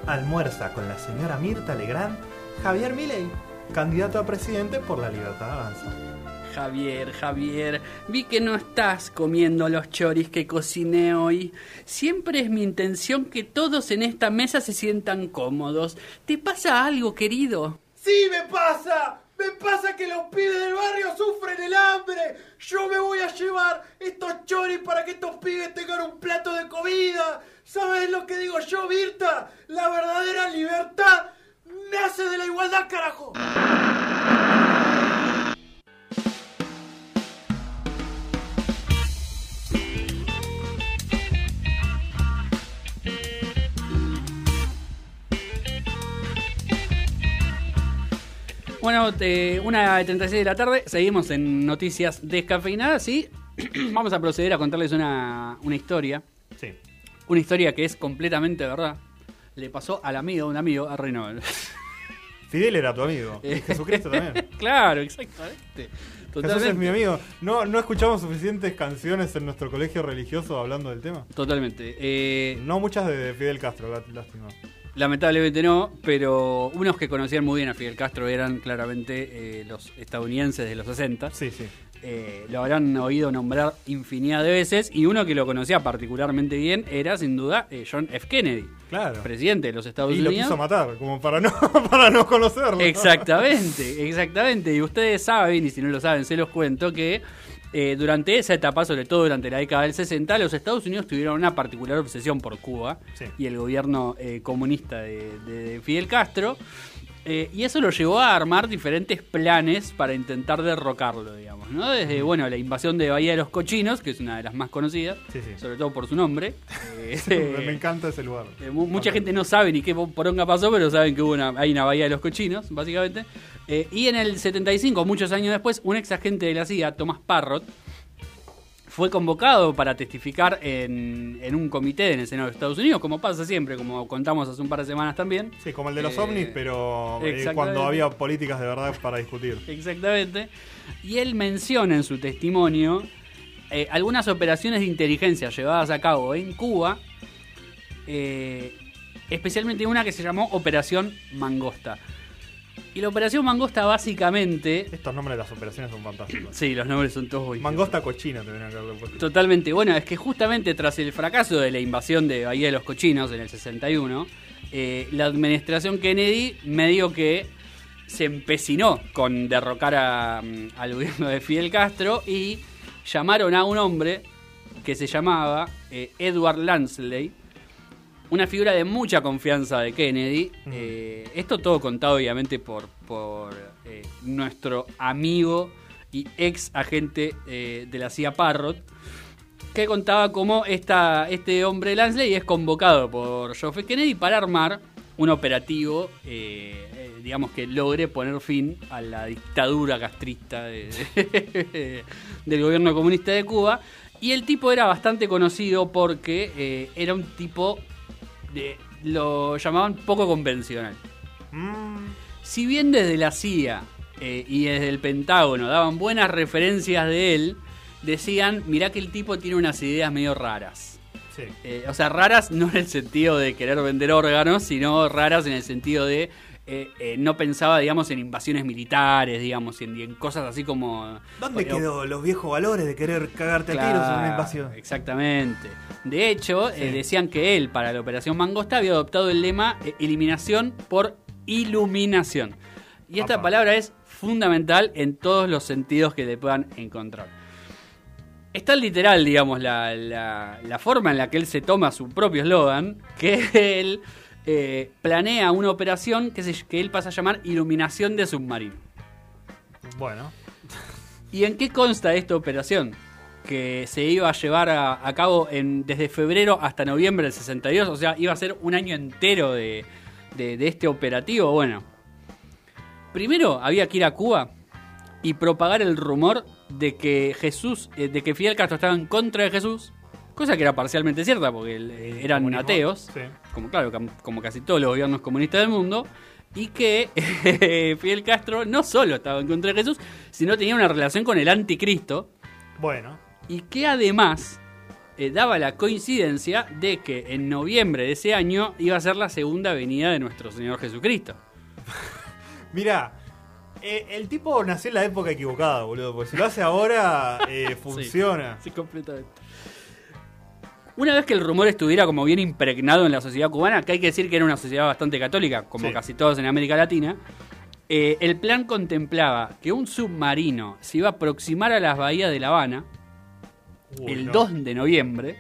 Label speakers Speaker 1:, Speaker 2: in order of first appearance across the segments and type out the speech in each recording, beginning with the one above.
Speaker 1: almuerza con la señora Mirta Legrand Javier Milei, candidato a presidente por La Libertad Avanza.
Speaker 2: Javier, vi que no estás comiendo los choris que cociné hoy. Siempre es mi intención que todos en esta mesa se sientan cómodos. ¿Te pasa algo, querido?
Speaker 3: ¡Sí me pasa! ¡Me pasa que los pibes del barrio sufren el hambre! Yo me voy a llevar estos choris para que estos pibes tengan un plato de comida. ¿Sabes lo que digo yo, Mirta? La verdadera libertad nace de la igualdad, carajo.
Speaker 2: Bueno, 1:36 de la tarde, seguimos en Noticias Descafeinadas y vamos a proceder a contarles una historia.
Speaker 1: Sí.
Speaker 2: Una historia que es completamente verdad. Le pasó al amigo de un amigo, a Renovel.
Speaker 1: Fidel era tu amigo. Y Jesucristo también.
Speaker 2: Claro, exactamente.
Speaker 1: Jesús es mi amigo. ¿No escuchamos suficientes canciones en nuestro colegio religioso hablando del tema?
Speaker 2: Totalmente.
Speaker 1: No muchas de Fidel Castro, lástima.
Speaker 2: Lamentablemente no, pero unos que conocían muy bien a Fidel Castro eran claramente los estadounidenses de los 60.
Speaker 1: Sí, sí.
Speaker 2: Lo habrán oído nombrar infinidad de veces, y uno que lo conocía particularmente bien era sin duda John F. Kennedy,
Speaker 1: claro,
Speaker 2: presidente de los Estados
Speaker 1: y
Speaker 2: Unidos.
Speaker 1: Y lo quiso matar, como para no conocerlo.
Speaker 2: Exactamente. Y ustedes saben, y si no lo saben se los cuento, que durante esa etapa, sobre todo durante la década del 60, los Estados Unidos tuvieron una particular obsesión por Cuba, sí, y el gobierno comunista de Fidel Castro. Y eso lo llevó a armar diferentes planes para intentar derrocarlo, digamos, ¿no? Desde, la invasión de Bahía de los Cochinos, que es una de las más conocidas, sí. Sobre todo por su nombre.
Speaker 1: Me encanta ese lugar.
Speaker 2: Mucha gente no sabe ni qué poronga pasó, pero saben que hay una Bahía de los Cochinos, básicamente. Y en el 75, muchos años después, un ex agente de la CIA, Thomas Parrott, fue convocado para testificar en un comité en el Senado de Estados Unidos, como pasa siempre, como contamos hace un par de semanas también.
Speaker 1: Sí, como el de los ovnis, pero cuando había políticas de verdad para discutir.
Speaker 2: Exactamente. Y él menciona en su testimonio algunas operaciones de inteligencia llevadas a cabo en Cuba, especialmente una que se llamó Operación Mangosta. Y la Operación Mangosta básicamente...
Speaker 1: Estos nombres de las operaciones son fantásticos.
Speaker 2: Sí, los nombres son todos buenísimos.
Speaker 1: Mangosta cochina te ven acá.
Speaker 2: Totalmente. Bueno, es que justamente tras el fracaso de la invasión de Bahía de los Cochinos en el 61, la administración Kennedy medio que se empecinó con derrocar al gobierno de Fidel Castro y llamaron a un hombre que se llamaba Edward Lansley, una figura de mucha confianza de Kennedy. Esto todo contado obviamente por nuestro amigo y ex agente de la CIA Parrott, que contaba cómo este hombre Lansley es convocado por John F. Kennedy para armar un operativo, digamos, que logre poner fin a la dictadura castrista del gobierno comunista de Cuba. Y el tipo era bastante conocido porque era un tipo... lo llamaban poco convencional. Si bien desde la CIA y desde el Pentágono daban buenas referencias de él, decían, mirá que el tipo tiene unas ideas medio raras. Sí. O sea, raras no en el sentido de querer vender órganos, sino raras en el sentido de no pensaba, digamos, en invasiones militares, digamos, y en cosas así como...
Speaker 1: ¿Dónde quedó los viejos valores de querer cagarte a tiros en una invasión?
Speaker 2: Exactamente. De hecho, decían que él, para la Operación Mangosta, había adoptado el lema eliminación por iluminación. Y esta palabra es fundamental en todos los sentidos que le puedan encontrar. Es tan literal, digamos, la forma en la que él se toma su propio eslogan, que él planea una operación que él pasa a llamar iluminación de submarino.
Speaker 1: Bueno.
Speaker 2: ¿Y en qué consta esta operación? Que se iba a llevar a cabo desde febrero hasta noviembre del 62, o sea, iba a ser un año entero de este operativo. Bueno, primero había que ir a Cuba y propagar el rumor de que de que Fidel Castro estaba en contra de Jesús, cosa que era parcialmente cierta porque eran ateos, sí, como casi todos los gobiernos comunistas del mundo, y que Fidel Castro no solo estaba en contra de Jesús, sino tenía una relación con el anticristo.
Speaker 1: Bueno.
Speaker 2: Y que además daba la coincidencia de que en noviembre de ese año iba a ser la segunda venida de nuestro Señor Jesucristo.
Speaker 1: Mirá, el tipo nació en la época equivocada, boludo, porque si lo hace ahora, funciona.
Speaker 2: Sí, completamente. Una vez que el rumor estuviera como bien impregnado en la sociedad cubana, que hay que decir que era una sociedad bastante católica, como casi todos en América Latina, el plan contemplaba que un submarino se iba a aproximar a las bahías de La Habana el 2 de noviembre,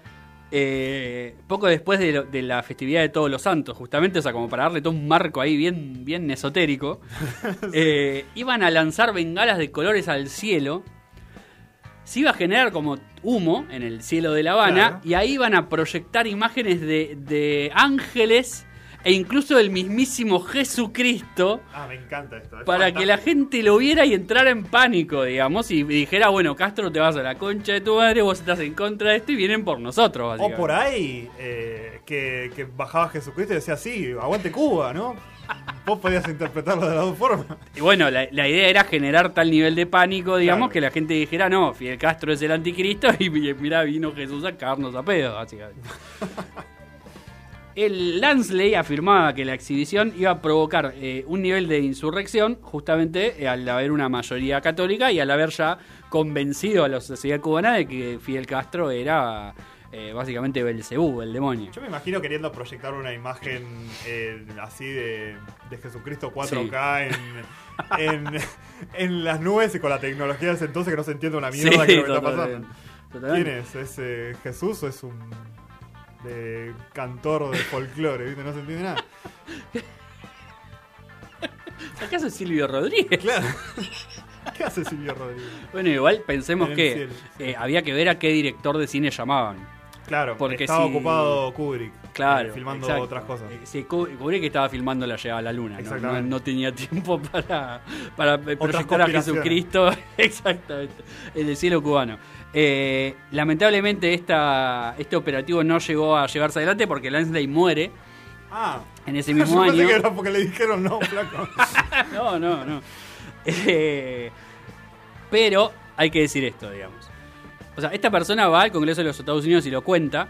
Speaker 2: poco después de la festividad de Todos los Santos, justamente, o sea, como para darle todo un marco ahí bien esotérico. Iban a lanzar bengalas de colores al cielo. Se iba a generar como humo en el cielo de La Habana, y ahí iban a proyectar imágenes de ángeles e incluso del mismísimo Jesucristo.
Speaker 1: Me encanta esto.
Speaker 2: Para que la gente lo viera y entrara en pánico, digamos, y dijera, bueno, Castro, te vas a la concha de tu madre, vos estás en contra de esto y vienen por nosotros, básicamente.
Speaker 1: O por ahí, que bajaba Jesucristo y decía, sí, aguante Cuba, ¿no? Vos podías interpretarlo de las dos formas. Y
Speaker 2: bueno, la idea era generar tal nivel de pánico, digamos, que la gente dijera, no, Fidel Castro es el anticristo y mirá, vino Jesús a cagarnos a pedo, básicamente. El Lansley afirmaba que la exhibición iba a provocar un nivel de insurrección, justamente al haber una mayoría católica y al haber ya convencido a la sociedad cubana de que Fidel Castro era básicamente Belcebú, el demonio.
Speaker 1: Yo me imagino queriendo proyectar una imagen así de Jesucristo 4K en las nubes y con la tecnología de ese entonces que no se entiende una mierda que es lo que está pasando. ¿Quién es? ¿Es Jesús o es un cantor de folclore? ¿Viste? No se entiende nada.
Speaker 2: ¿Acaso es Silvio Rodríguez?
Speaker 1: Claro. ¿Qué hace Silvio Rodríguez?
Speaker 2: Bueno, igual pensemos que había que ver a qué director de cine llamaban.
Speaker 1: Claro, porque estaba ocupado Kubrick, filmando
Speaker 2: exacto.
Speaker 1: otras cosas.
Speaker 2: Sí, Kubrick estaba filmando La Llegada a la Luna, no tenía tiempo para proyectar a Jesucristo exactamente en el cielo cubano. Lamentablemente este operativo no llegó a llevarse adelante porque Lansley muere en ese mismo año.
Speaker 1: Pensé que era porque le dijeron no, flaco.
Speaker 2: No. Pero hay que decir esto, digamos. O sea, esta persona va al Congreso de los Estados Unidos y lo cuenta.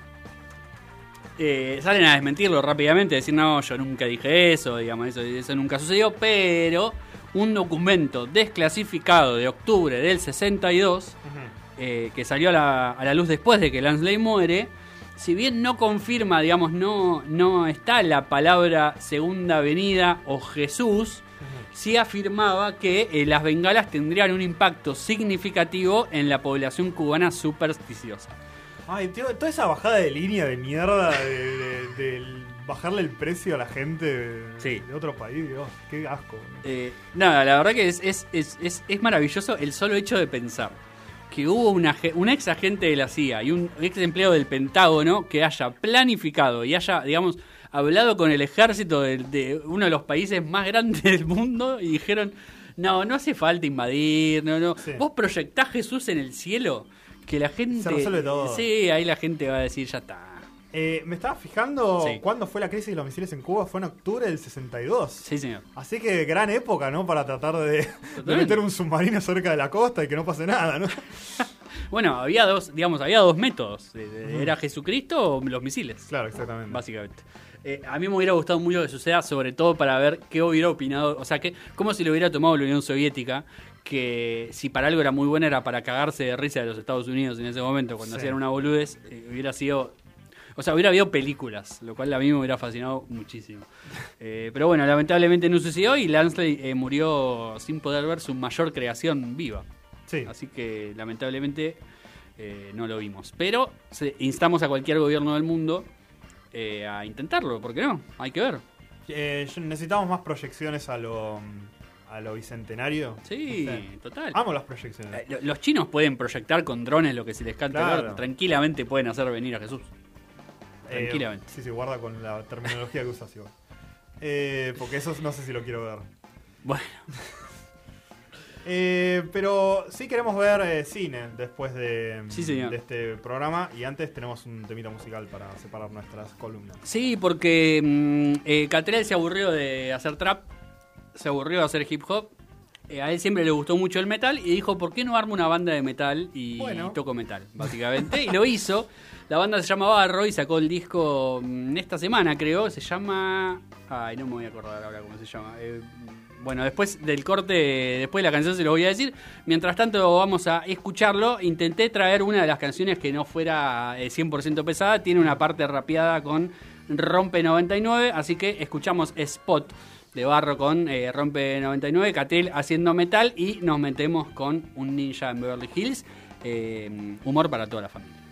Speaker 2: Salen a desmentirlo rápidamente, decir, no, yo nunca dije eso, digamos, eso nunca sucedió. Pero un documento desclasificado de octubre del 62, que salió a la luz después de que Lansley muere, si bien no confirma, digamos, no está la palabra Segunda Venida o Jesús, sí afirmaba que las bengalas tendrían un impacto significativo en la población cubana supersticiosa.
Speaker 1: Ay, tío, toda esa bajada de línea de mierda de bajarle el precio a la gente de otro país, Dios, qué asco.
Speaker 2: Nada, la verdad que es maravilloso el solo hecho de pensar que hubo un ex agente de la CIA y un ex empleado del Pentágono que haya planificado y haya, digamos, hablado con el ejército de uno de los países más grandes del mundo y dijeron, no hace falta invadir, sí. Vos proyectás Jesús en el cielo, que la gente...
Speaker 1: Se resuelve todo.
Speaker 2: Sí, ahí la gente va a decir, ya está.
Speaker 1: Me estaba fijando cuándo fue la crisis de los misiles en Cuba, fue en octubre del 62.
Speaker 2: Sí, señor.
Speaker 1: Así que gran época, ¿no? Para tratar de meter un submarino cerca de la costa y que no pase nada, ¿no?
Speaker 2: Bueno, había dos métodos. ¿Era Jesucristo o los misiles?
Speaker 1: Claro, exactamente.
Speaker 2: Básicamente. A mí me hubiera gustado mucho que suceda, sobre todo para ver qué hubiera opinado, o sea, cómo se lo hubiera tomado la Unión Soviética, que si para algo era muy buena era para cagarse de risa de los Estados Unidos en ese momento, cuando hacían una boludez, hubiera sido... O sea, hubiera habido películas, lo cual a mí me hubiera fascinado muchísimo. Pero bueno, lamentablemente no sucedió y Lansley murió sin poder ver su mayor creación viva.
Speaker 1: Sí.
Speaker 2: Así que lamentablemente no lo vimos. Pero instamos a cualquier gobierno del mundo a intentarlo, ¿por qué no? Hay que ver.
Speaker 1: Necesitamos más proyecciones a lo bicentenario.
Speaker 2: Sí, total.
Speaker 1: Amo las proyecciones.
Speaker 2: Los chinos pueden proyectar con drones lo que se les cante. Claro. Tranquilamente pueden hacer venir a Jesús. Tranquilamente.
Speaker 1: Sí, guarda con la terminología que usas, igual. Porque eso no sé si lo quiero ver.
Speaker 2: Bueno.
Speaker 1: Pero sí queremos ver cine después de este programa. Y antes tenemos un temita musical para separar nuestras columnas.
Speaker 2: Sí, porque Catrell se aburrió de hacer trap, se aburrió de hacer hip hop a él siempre le gustó mucho el metal y dijo, ¿por qué no armo una banda de metal y toco metal? Básicamente. Y lo hizo. La banda se llama Barro y sacó el disco esta semana, creo. Se llama... Ay, no me voy a acordar ahora cómo se llama. Bueno, después del corte, después de la canción se lo voy a decir. Mientras tanto vamos a escucharlo. Intenté traer una de las canciones que no fuera 100% pesada. Tiene una parte rapeada con Rompe 99. Así que escuchamos Spot de Barro con Rompe 99. Catel haciendo metal. Y nos metemos con un ninja en Beverly Hills. Humor para toda la familia.